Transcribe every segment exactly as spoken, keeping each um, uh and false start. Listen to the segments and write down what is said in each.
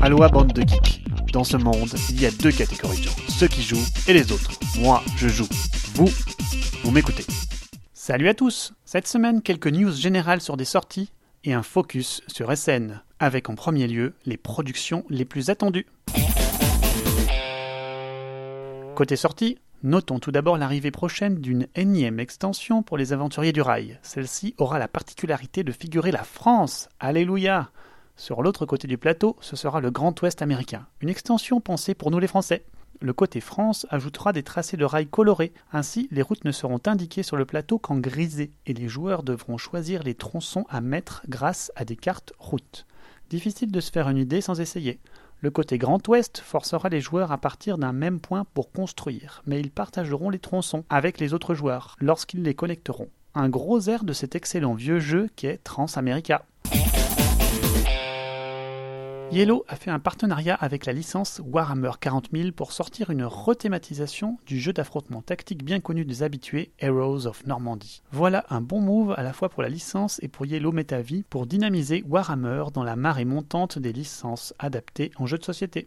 Aloha bande de geeks. Dans ce monde, il y a deux catégories de gens, ceux qui jouent et les autres. Moi, je joue. Vous, vous m'écoutez. Salut à tous. Cette semaine, quelques news générales sur des sorties et un focus sur S N, avec en premier lieu les productions les plus attendues. Côté sortie, notons tout d'abord l'arrivée prochaine d'une énième extension pour les aventuriers du rail. Celle-ci aura la particularité de figurer la France. Alléluia! Sur l'autre côté du plateau, ce sera le Grand Ouest américain. Une extension pensée pour nous les Français. Le côté France ajoutera des tracés de rails colorés. Ainsi, les routes ne seront indiquées sur le plateau qu'en grisé et les joueurs devront choisir les tronçons à mettre grâce à des cartes routes. Difficile de se faire une idée sans essayer. Le côté Grand Ouest forcera les joueurs à partir d'un même point pour construire, mais ils partageront les tronçons avec les autres joueurs lorsqu'ils les collecteront. Un gros air de cet excellent vieux jeu qu'est Transamerica. Yellow a fait un partenariat avec la licence Warhammer quarante mille pour sortir une rethématisation du jeu d'affrontement tactique bien connu des habitués Heroes of Normandy. Voilà un bon move à la fois pour la licence et pour Yellow Metavi pour dynamiser Warhammer dans la marée montante des licences adaptées en jeux de société.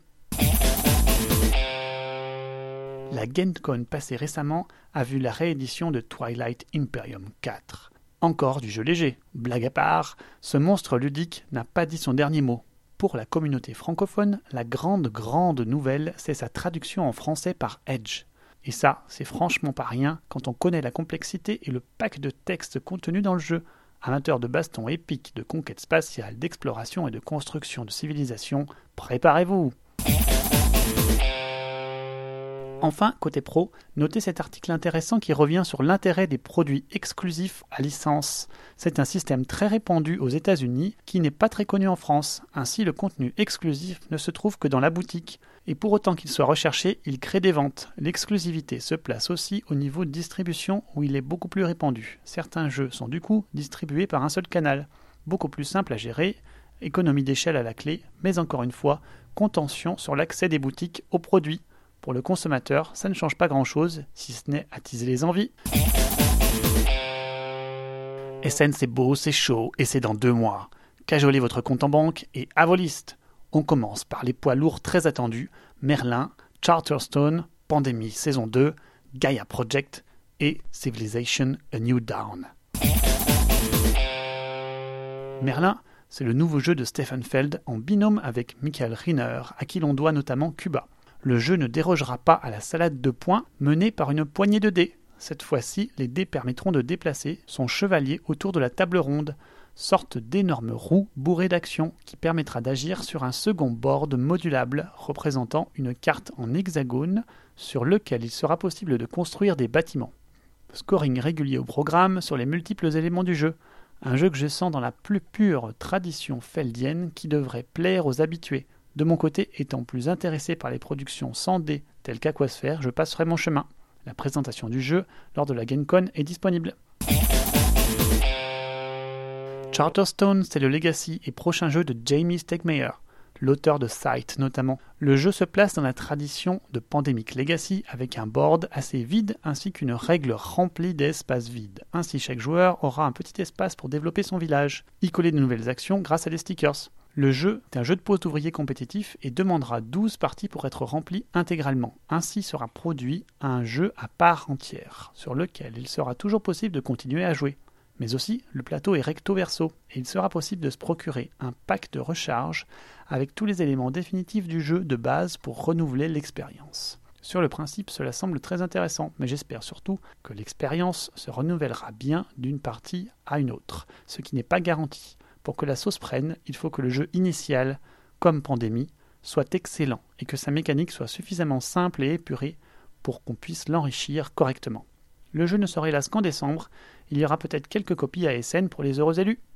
La GameCon passée récemment a vu la réédition de Twilight Imperium quatre. Encore du jeu léger. Blague à part, ce monstre ludique n'a pas dit son dernier mot. Pour la communauté francophone, la grande grande nouvelle, c'est sa traduction en français par Edge. Et ça, c'est franchement pas rien quand on connaît la complexité et le pack de textes contenus dans le jeu. Amateurs de bastons épiques, de conquête spatiale, d'exploration et de construction de civilisation, préparez-vous! Enfin, côté pro, notez cet article intéressant qui revient sur l'intérêt des produits exclusifs à licence. C'est un système très répandu aux États-Unis qui n'est pas très connu en France. Ainsi, le contenu exclusif ne se trouve que dans la boutique. Et pour autant qu'il soit recherché, il crée des ventes. L'exclusivité se place aussi au niveau de distribution où il est beaucoup plus répandu. Certains jeux sont du coup distribués par un seul canal. Beaucoup plus simple à gérer, économie d'échelle à la clé, mais encore une fois, contention sur l'accès des boutiques aux produits. Pour le consommateur, ça ne change pas grand-chose, si ce n'est attiser les envies. S N, c'est beau, c'est chaud, et c'est dans deux mois. Cajolez votre compte en banque et à vos listes. On commence par les poids lourds très attendus, Merlin, Charterstone, Pandémie saison deux, Gaia Project et Civilization A New Dawn. Merlin, c'est le nouveau jeu de Stefan Feld en binôme avec Michael Riner, à qui l'on doit notamment Cuba. Le jeu ne dérogera pas à la salade de points menée par une poignée de dés. Cette fois-ci, les dés permettront de déplacer son chevalier autour de la table ronde, sorte d'énorme roue bourrée d'actions qui permettra d'agir sur un second board modulable représentant une carte en hexagone sur lequel il sera possible de construire des bâtiments. Scoring régulier au programme sur les multiples éléments du jeu. Un jeu que je sens dans la plus pure tradition feldienne qui devrait plaire aux habitués. De mon côté, étant plus intéressé par les productions sans dés telles qu'Aquasphere, je passerai mon chemin. La présentation du jeu lors de la GameCon est disponible. Charterstone, c'est le legacy et prochain jeu de Jamie Stegmaier, l'auteur de Sight notamment. Le jeu se place dans la tradition de Pandemic Legacy avec un board assez vide ainsi qu'une règle remplie d'espaces vides. Ainsi, chaque joueur aura un petit espace pour développer son village, y coller de nouvelles actions grâce à des stickers. Le jeu est un jeu de pose d'ouvriers compétitif et demandera douze parties pour être rempli intégralement. Ainsi sera produit un jeu à part entière, sur lequel il sera toujours possible de continuer à jouer. Mais aussi, le plateau est recto-verso, et il sera possible de se procurer un pack de recharge avec tous les éléments définitifs du jeu de base pour renouveler l'expérience. Sur le principe, cela semble très intéressant, mais j'espère surtout que l'expérience se renouvellera bien d'une partie à une autre, ce qui n'est pas garanti. Pour que la sauce prenne, il faut que le jeu initial, comme Pandémie, soit excellent et que sa mécanique soit suffisamment simple et épurée pour qu'on puisse l'enrichir correctement. Le jeu ne sera hélas qu'en décembre, il y aura peut-être quelques copies à S N pour les heureux élus.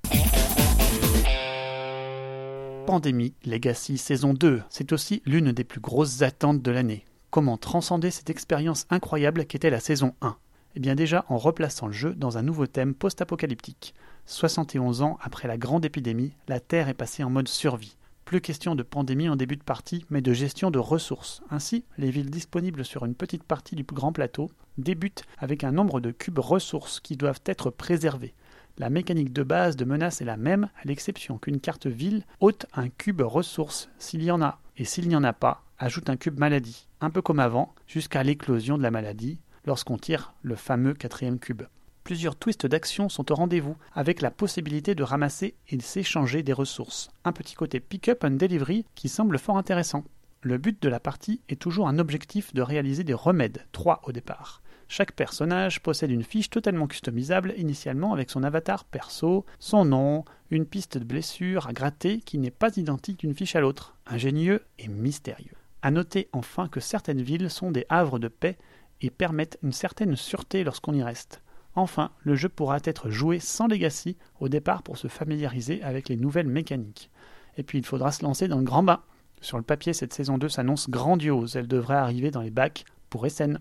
Pandémie Legacy saison deux, c'est aussi l'une des plus grosses attentes de l'année. Comment transcender cette expérience incroyable qu'était la saison un ? Eh bien déjà en replaçant le jeu dans un nouveau thème post-apocalyptique. soixante et onze ans après la grande épidémie, la Terre est passée en mode survie. Plus question de pandémie en début de partie, mais de gestion de ressources. Ainsi, les villes disponibles sur une petite partie du grand plateau débutent avec un nombre de cubes ressources qui doivent être préservés. La mécanique de base de menace est la même, à l'exception qu'une carte ville ôte un cube ressource s'il y en a, et s'il n'y en a pas, ajoute un cube maladie, un peu comme avant, jusqu'à l'éclosion de la maladie, lorsqu'on tire le fameux quatrième cube. Plusieurs twists d'action sont au rendez-vous, avec la possibilité de ramasser et de s'échanger des ressources. Un petit côté pick-up and delivery qui semble fort intéressant. Le but de la partie est toujours un objectif de réaliser des remèdes, trois au départ. Chaque personnage possède une fiche totalement customisable, initialement avec son avatar perso, son nom, une piste de blessure à gratter qui n'est pas identique d'une fiche à l'autre. Ingénieux et mystérieux. À noter enfin que certaines villes sont des havres de paix et permettent une certaine sûreté lorsqu'on y reste. Enfin, le jeu pourra être joué sans Legacy au départ pour se familiariser avec les nouvelles mécaniques. Et puis il faudra se lancer dans le grand bain. Sur le papier, cette saison deux s'annonce grandiose. Elle devrait arriver dans les bacs pour Essen.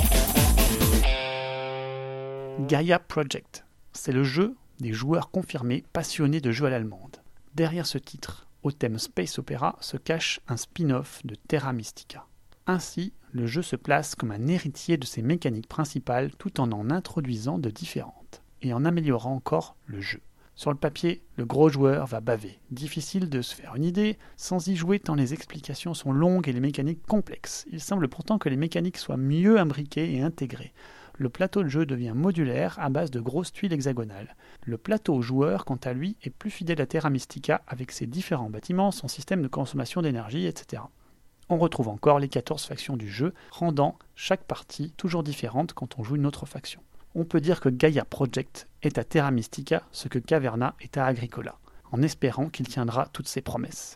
Gaia Project. C'est le jeu des joueurs confirmés passionnés de jeux à l'allemande. Derrière ce titre, au thème Space Opera, se cache un spin-off de Terra Mystica. Ainsi, le jeu se place comme un héritier de ses mécaniques principales tout en en introduisant de différentes, et en améliorant encore le jeu. Sur le papier, le gros joueur va baver. Difficile de se faire une idée sans y jouer tant les explications sont longues et les mécaniques complexes. Il semble pourtant que les mécaniques soient mieux imbriquées et intégrées. Le plateau de jeu devient modulaire à base de grosses tuiles hexagonales. Le plateau joueur, quant à lui, est plus fidèle à Terra Mystica avec ses différents bâtiments, son système de consommation d'énergie, et cetera. On retrouve encore les quatorze factions du jeu, rendant chaque partie toujours différente quand on joue une autre faction. On peut dire que Gaia Project est à Terra Mystica ce que Caverna est à Agricola, en espérant qu'il tiendra toutes ses promesses.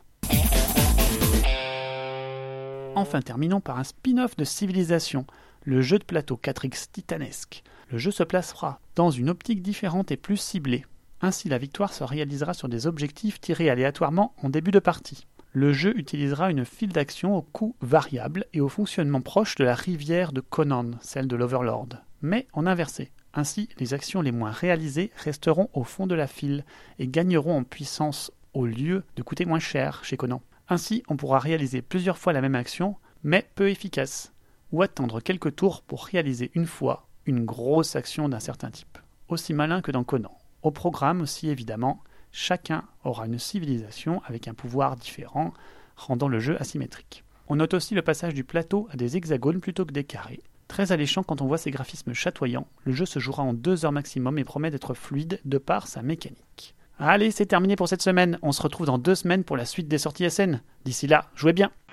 Enfin, terminons par un spin-off de Civilisation, le jeu de plateau quatre X titanesque. Le jeu se placera dans une optique différente et plus ciblée. Ainsi, la victoire se réalisera sur des objectifs tirés aléatoirement en début de partie. Le jeu utilisera une file d'action au coût variable et au fonctionnement proche de la rivière de Conan, celle de l'Overlord, mais en inversé. Ainsi, les actions les moins réalisées resteront au fond de la file et gagneront en puissance au lieu de coûter moins cher chez Conan. Ainsi, on pourra réaliser plusieurs fois la même action, mais peu efficace, ou attendre quelques tours pour réaliser une fois une grosse action d'un certain type. Aussi malin que dans Conan. Au programme aussi évidemment, chacun aura une civilisation avec un pouvoir différent, rendant le jeu asymétrique. On note aussi le passage du plateau à des hexagones plutôt que des carrés. Très alléchant quand on voit ces graphismes chatoyants, le jeu se jouera en deux heures maximum et promet d'être fluide de par sa mécanique. Allez, c'est terminé pour cette semaine, on se retrouve dans deux semaines pour la suite des sorties S N. D'ici là, jouez bien!